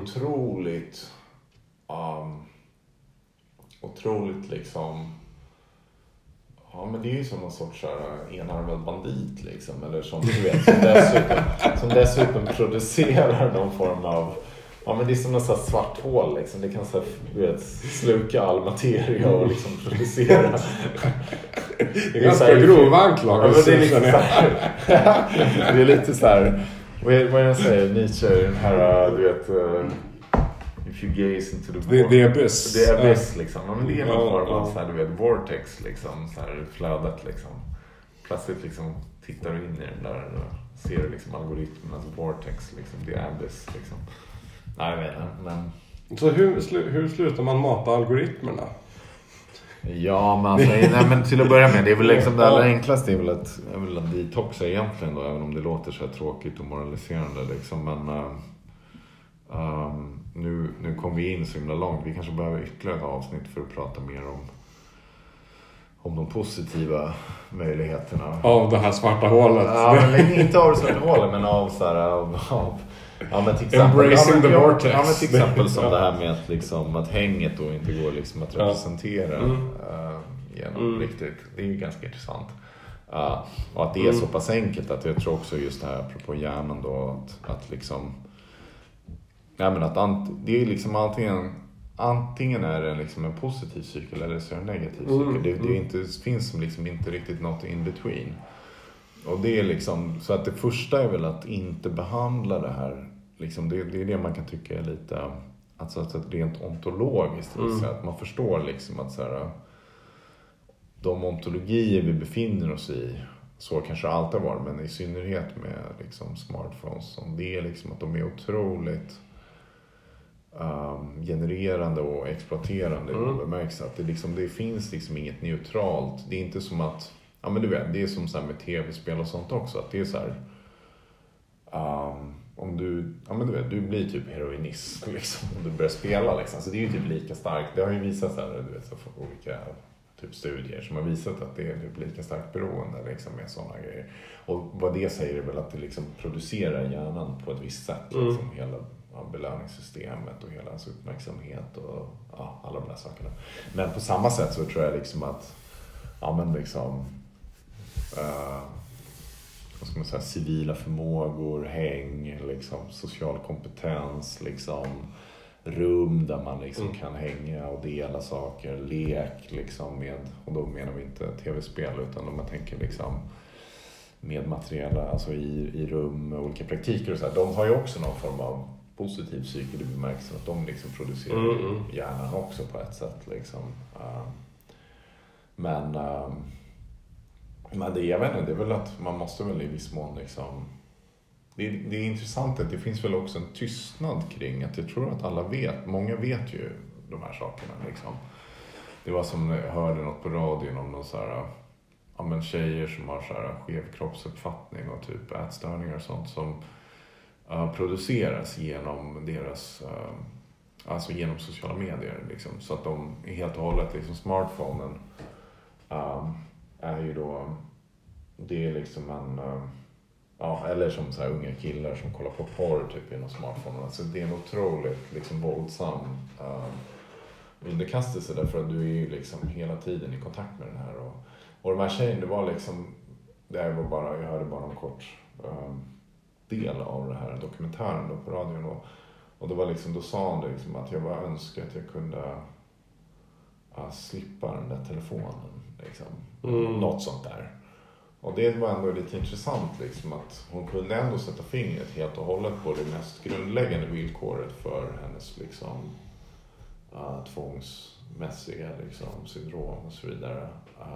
otroligt liksom, ja, men det är ju som någon sorts enarmad bandit liksom, eller som du vet, som dessutom producerar någon form av, ja, men det är som någon sån här svart hål liksom. Det kan så här, du vet, sluka all materia och liksom producera. Det är ganska grova anklagelser. Ja, det är lite så här, vad är det jag säger, Nietzsche, den här, du vet, if you gaze into the the abyss. The abyss liksom. Ja, men det är någon form av så här, du vet, vortex liksom, så här flödet liksom. Plötsligt liksom tittar du in i den där och ser liksom algoritmernas vortex liksom, the abyss liksom. Nej, jag vet inte, men... Så hur slutar man mata algoritmerna? Ja, men, alltså, nej, men till att börja med, det är väl liksom det allra enklaste är väl att detoxa egentligen då, även om det låter så här tråkigt och moraliserande liksom, men nu kom vi in så himla långt. Vi kanske behöver ytterligare ett avsnitt för att prata mer om de positiva möjligheterna av det här svarta hålet. Ja, men inte av det svarta hålet, men av så här, ja, men till exempel, embracing the vortex. Ja, men till exempel som det här med att, liksom, att hänget då inte går liksom att representera genom riktigt. Det är ju ganska intressant. Och att det är så pass enkelt att jag tror också just det här apropå hjärnan då, att liksom, ja, men att det är liksom antingen är det liksom en positiv cykel eller så är det en negativ cykel. Det finns liksom inte riktigt något in between. Och det är liksom, så att det första är väl att inte behandla det här liksom, det är det man kan tycka är lite, alltså att rent ontologiskt, så att man förstår liksom att så här, de ontologier vi befinner oss i, så kanske alltid var, men i synnerhet med liksom smartphones, som det är liksom att de är otroligt genererande och exploaterande i bemärks att det finns liksom inget neutralt. Det är inte som att, ja, men du vet, det är som så här med tv-spel och sånt också, att det är så här, om du, ja, men du vet, du blir typ heroinist liksom, om du börjar spela liksom. Så det är ju typ lika starkt. Det har ju visat så här, du vet, så olika typ studier som har visat att det är typ lika starkt beroende liksom, med sådana grejer. Och vad det säger är väl att det liksom producerar hjärnan på ett visst sätt liksom, hela belöningssystemet och hela hans uppmärksamhet och ja, alla de där sakerna. Men på samma sätt så tror jag liksom att, ja, men liksom vad ska man säga, civila förmågor, häng, liksom, social kompetens, liksom, rum där man liksom kan hänga och dela saker, lek liksom med, och då menar vi inte tv-spel utan om man tänker liksom med materiella, alltså i rum med olika praktiker och så här, de har ju också någon form av positiv psyke, det bemärks att de liksom producerar hjärnan också på ett sätt liksom. Men det, jag vet inte, det är väl att man måste väl i viss mån liksom, det är intressant att det finns väl också en tystnad kring att jag tror att alla vet, många vet ju de här sakerna liksom. Det var som jag hörde något på radion om någon så här, ja, men tjejer som har så här skev kroppsuppfattning och typ ätstörningar och sånt som produceras genom deras alltså genom sociala medier liksom, så att de är helt och hållet liksom, smartphonen är ju då, det är liksom en ja, eller som så här unga killar som kollar på porr typ i någon smartphone, alltså det är en otroligt liksom våldsam underkastelse därför att du är ju liksom hela tiden i kontakt med den här och de här tjejerna, det var liksom, jag hörde bara en kort del av den här dokumentären då på radion och det var liksom, då sa han det liksom att jag bara önskar att jag kunde slippa den där telefonen liksom, något sånt där. Och det var ändå lite intressant liksom, att hon kunde ändå sätta fingret helt och hållet på det mest grundläggande villkoret för hennes liksom tvångsmässiga liksom, syndrom och så vidare.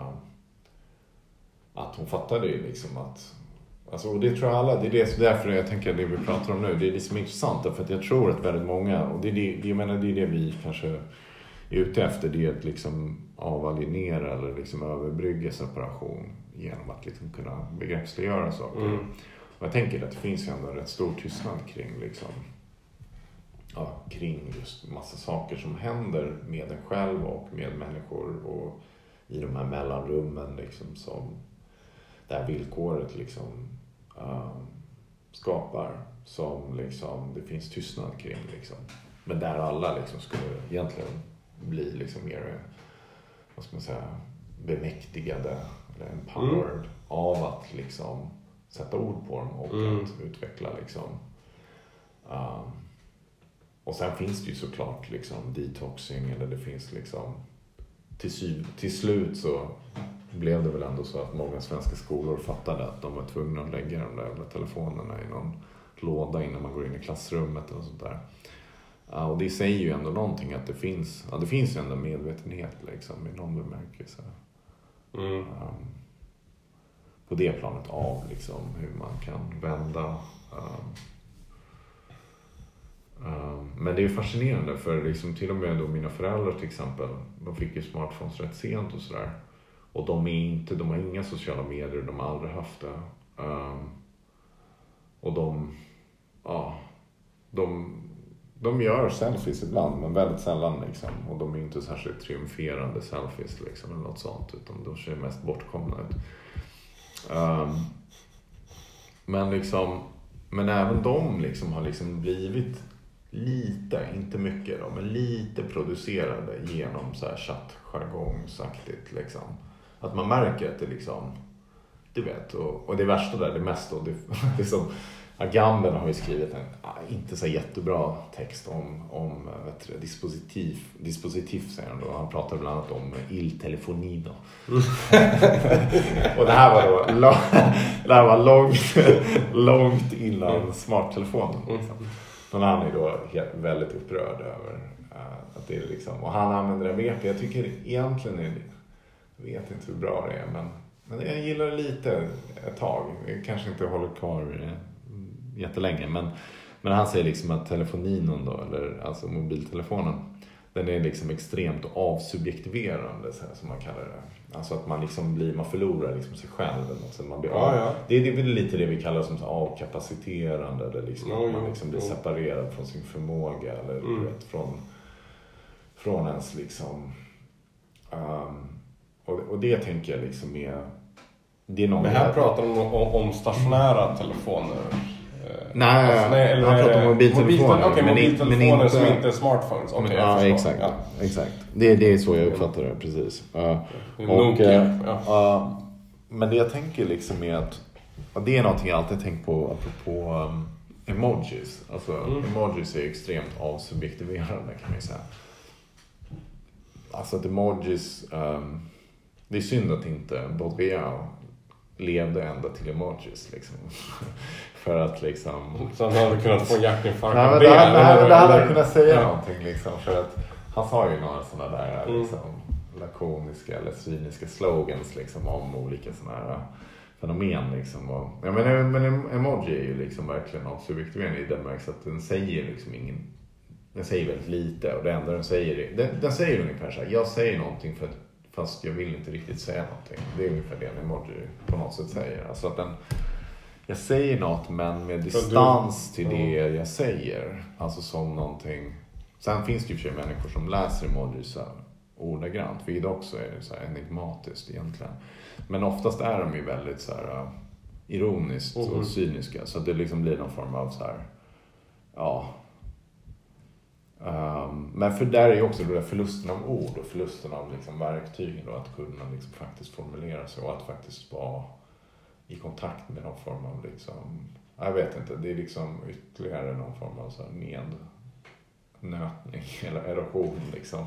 Att hon fattade ju liksom att, alltså, och det tror jag alla, det är därför jag tänker att det vi pratar om nu, det är det som är intressant, för att jag tror att väldigt många, och det är det vi kanske är ute efter, det är att liksom avalienera eller liksom överbrygga separation genom att liksom kunna begreppsliggöra saker. Och jag tänker att det finns ju ändå en rätt stor tystnad kring liksom, kring just massa saker som händer med en själv och med människor och i de här mellanrummen liksom, som det här villkoret liksom skapar, som liksom det finns tystnad kring liksom. Men där alla liksom skulle egentligen bli liksom mer, vad ska man säga, bemäktigade eller empowered av att liksom sätta ord på dem och att utveckla liksom. Och sen finns det ju såklart liksom detoxing, eller det finns liksom till slut så blev det väl ändå så att många svenska skolor fattade att de var tvungna att lägga de där telefonerna i någon låda innan man går in i klassrummet och sånt där. Och det säger ju ändå någonting, att det finns ju ändå medvetenhet liksom, i någon bemärkelse. På det planet av liksom, hur man kan vända. Men det är ju fascinerande, för liksom, till och med då mina föräldrar till exempel, de fick ju smartphones rätt sent och sådär. Och de har inga sociala medier, de har aldrig haft det. Och de gör selfies ibland, men väldigt sällan liksom. Och de är inte särskilt triumferande selfies liksom, eller något sånt, utan de ser mest bortkomna ut. Men även de liksom har liksom blivit lite, inte mycket då, men lite producerade genom så här chattjargongsaktigt liksom. Att man märker att det liksom, du vet, och det värsta där, det mesta, det är som Agamben har ju skrivit en inte så jättebra text om dispositiv säger han då. Han pratar bland annat om il-telefoni då. Och det här var långt innan smarttelefonen liksom. Men han är då väldigt upprörd över att det är liksom, och han använder det, jag tycker egentligen jag vet inte hur bra det är, men jag gillar det lite ett tag. Jag kanske inte håller kvar jättelänge, men han säger liksom att telefoninon då, eller alltså mobiltelefonen, den är liksom extremt avsubjektiverande, så här, som man kallar det. Alltså att man liksom man förlorar liksom sig själv, så man blir det är väl lite det vi kallar som avkapaciterande, eller liksom att man liksom blir separerad från sin förmåga, eller vet, från ens liksom och det tänker jag liksom det är någon. Men här pratar de om stationära telefoner. Nej, han pratar om mobiltelefoner. Mobiltelefoner som inte är smartphones. Exakt. Det är så jag uppfattar det, precis. Men det jag tänker liksom är att, och det är någonting jag alltid tänkt på apropå emojis. Alltså emojis är extremt avsubjektiverande, kan man ju säga. Alltså att emojis, det är synd att inte Baudrillard levde ända till emojis liksom. För att liksom, så han hade kunnat få en hjärtinfarkt. Det hade jag kunnat säga någonting liksom, för att han sa ju några sådana där liksom, lakoniska eller cyniska slogans liksom, om olika sådana här fenomen liksom. Och, men emoji är ju liksom verkligen avsubjektiverande i den märks att den säger liksom den säger väldigt lite, och det enda den säger den säger ungefär så här: jag säger någonting fast jag vill inte riktigt säga någonting. Det är ungefär det en emoji på något sätt säger. Alltså att jag säger något, men med distans till det jag säger. Alltså som någonting. Sen finns det ju för sig människor som läser emojis så här ordagrant, vilket också är så här enigmatiskt egentligen. Men oftast är de ju väldigt så här ironiskt och cyniska, så att det liksom blir någon form av så här, men för där är ju också då förlusten av ord och förlusten av liksom verktyg då, att kunna liksom faktiskt formulera sig och att faktiskt vara i kontakt med någon form av liksom, jag vet inte, det är liksom ytterligare någon form av så här nednötning eller erosion liksom.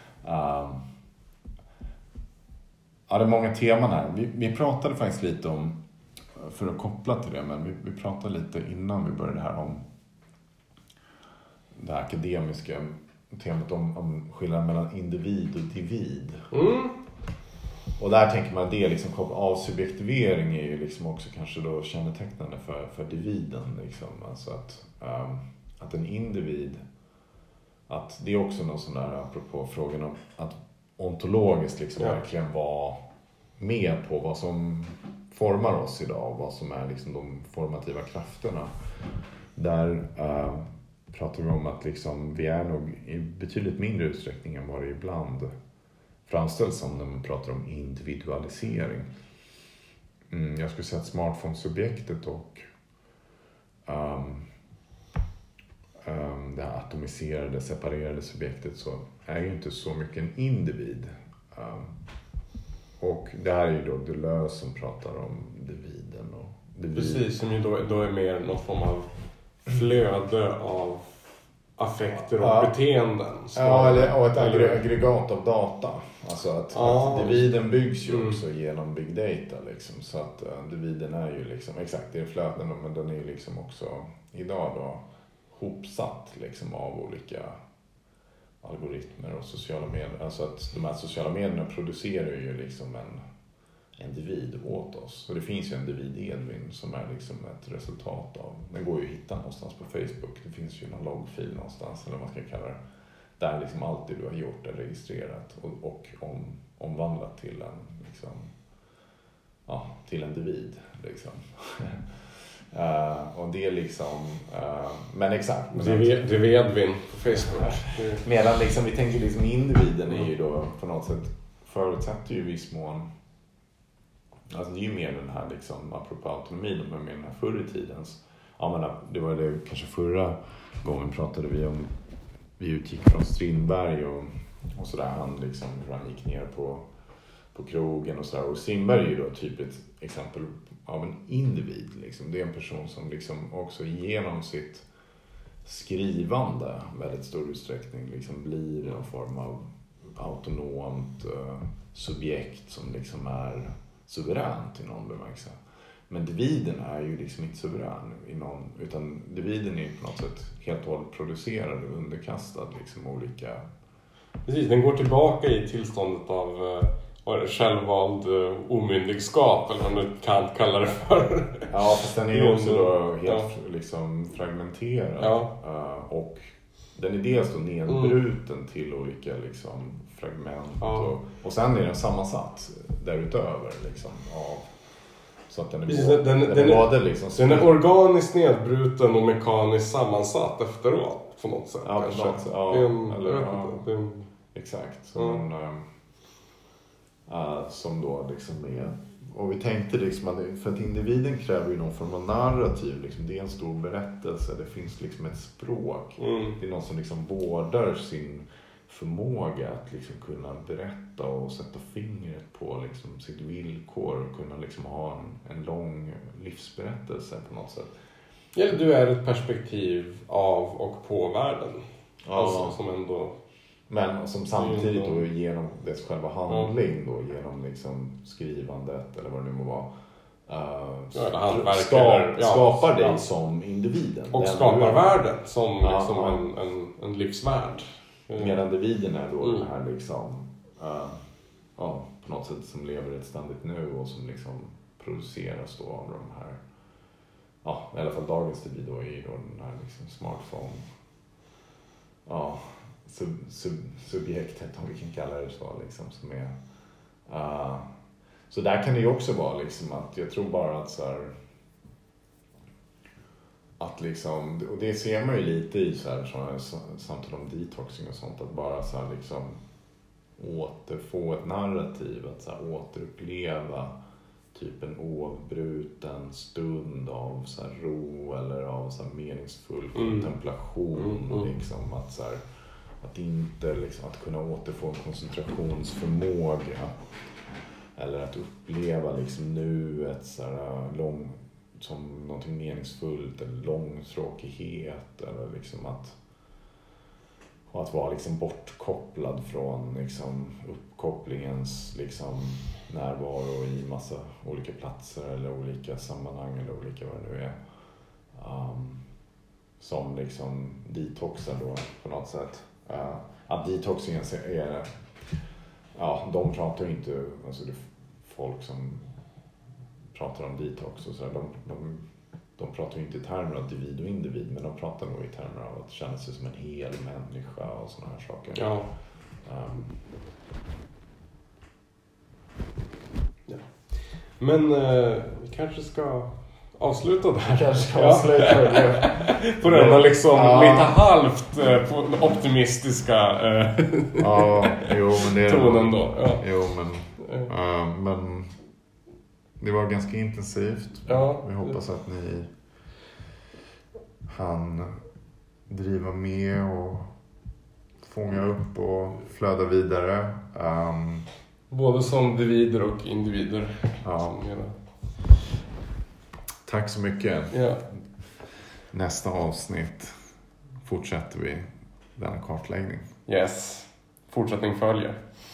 Det är många teman här. Vi pratade faktiskt lite om, för att koppla till det, men vi pratade lite innan vi började här om det akademiska temat om skillnaden mellan individ och divid. Och där tänker man att det liksom avsubjektivering är ju liksom också kanske då kännetecknande för dividen liksom. Alltså att en individ, att det är också någon sån där, apropå frågan om att ontologiskt liksom verkligen vara med på vad som formar oss idag, vad som är liksom de formativa krafterna. Där pratar vi om att liksom, vi är nog i betydligt mindre utsträckning än vad det ibland framställs som när man pratar om individualisering. Jag skulle säga att smartphone-subjektet och det atomiserade, separerade subjektet så är ju inte så mycket en individ. Och det här är ju då Deleuze som pratar om dividen. Precis, som ju då är mer någon form av flöde av affekter och beteenden. Eller ett aggregat av data. Alltså att dividen byggs ju också genom big data. Liksom, så att dividen är ju liksom, exakt det är flöden, men den är ju liksom också idag då hopsatt liksom av olika algoritmer och sociala medier. Alltså att de här sociala medierna producerar ju liksom en divid åt oss. Så det finns ju en divid Edvin som är liksom ett resultat av, den går ju att hitta någonstans på Facebook. Det finns ju någon loggfil någonstans, eller vad man ska kalla det. Där liksom allt det du har gjort är registrerat och omvandlat till en liksom, till en divid liksom. Och det är liksom men exakt, det är Edvin på Facebook. Medan liksom, vi tänker liksom individen är ju då på något sätt förutsätter ju viss mån, alltså det är ju mer den här liksom, apropå autonomin, men med den här förr i tidens, det var det kanske förra gången pratade vi om, vi utgick från Strindberg och sådär, han liksom, hur han gick ner på krogen och sådär, och Strindberg är ju då typ ett exempel av en individ liksom. Det är en person som liksom också genom sitt skrivande väldigt stor utsträckning liksom blir en form av autonomt subjekt som liksom är suveränt i någon bemärkelse. Men dividen är ju liksom inte suverän i någon, utan dividen är på något sätt helt och hållet producerad och underkastad liksom olika. Precis, den går tillbaka i tillståndet av självvald omyndigskap, eller vad man kan kalla det för. Ja, fast den är ju också då helt liksom fragmenterad. Och den är dels då nedbruten till olika liksom fragment och sen är den sammansatt därutöver liksom av, så att den är den är organiskt nedbruten och mekaniskt sammansatt efteråt på något sätt. Ja, på något sätt. Exakt. Som då liksom är, och vi tänkte liksom att för att individen kräver ju någon form av narrativ liksom, det är en stor berättelse, det finns liksom ett språk, det är någon som liksom vårdar sin förmåga att liksom kunna berätta och sätta fingret på liksom sitt villkor och kunna liksom ha en lång livsberättelse på något sätt. Ja, du är ett perspektiv av och på världen. Alltså som ändå, men som samtidigt då genom dess själva handling då, genom liksom skrivandet eller vad det nu må vara, skapar dig som individen. Och skapar världen som liksom en livsvärld. Medan individen är då den här liksom, på något sätt som lever ett ständigt nu och som liksom produceras då av de här, i alla fall dagens divid då är ju då den här liksom smartphone, subjektet, om vi kan kalla det så liksom, som är så där kan det ju också vara liksom att jag tror bara att så här, att liksom, och det ser man ju lite i så här samtal om detoxing och sånt, att bara så här liksom återfå ett narrativ, att så här återuppleva typ en oavbruten stund av så här ro eller av så här meningsfull kontemplation liksom, att så här, att inte liksom, att kunna återfå en koncentrationsförmåga eller att uppleva liksom nuet så här som någonting meningsfullt eller långtråkighet eller liksom att vara liksom bortkopplad från liksom uppkopplingens liksom närvaro i massa olika platser eller olika sammanhang eller olika vad det nu är, som liksom detoxar då på något sätt. Att detoxing är... Ja, de pratar ju inte... Alltså det är folk som pratar om detox och så där, de pratar ju inte i termer av divid och individ, men de pratar nog i termer av att känna sig som en hel människa och såna här saker. Ja. Ja. Men vi kanske ska avsluta där. Kanske ska avsluta det. På den liksom lite halvt optimistiska men det är tonen då. Ja. Jo, men det var ganska intensivt. Ja. Vi hoppas att ni hann driva med och fånga upp och flöda vidare. Både som individer och individer. Ja. Tack så mycket. Ja. Nästa avsnitt fortsätter vi denna kartläggning. Yes. Fortsättning följer.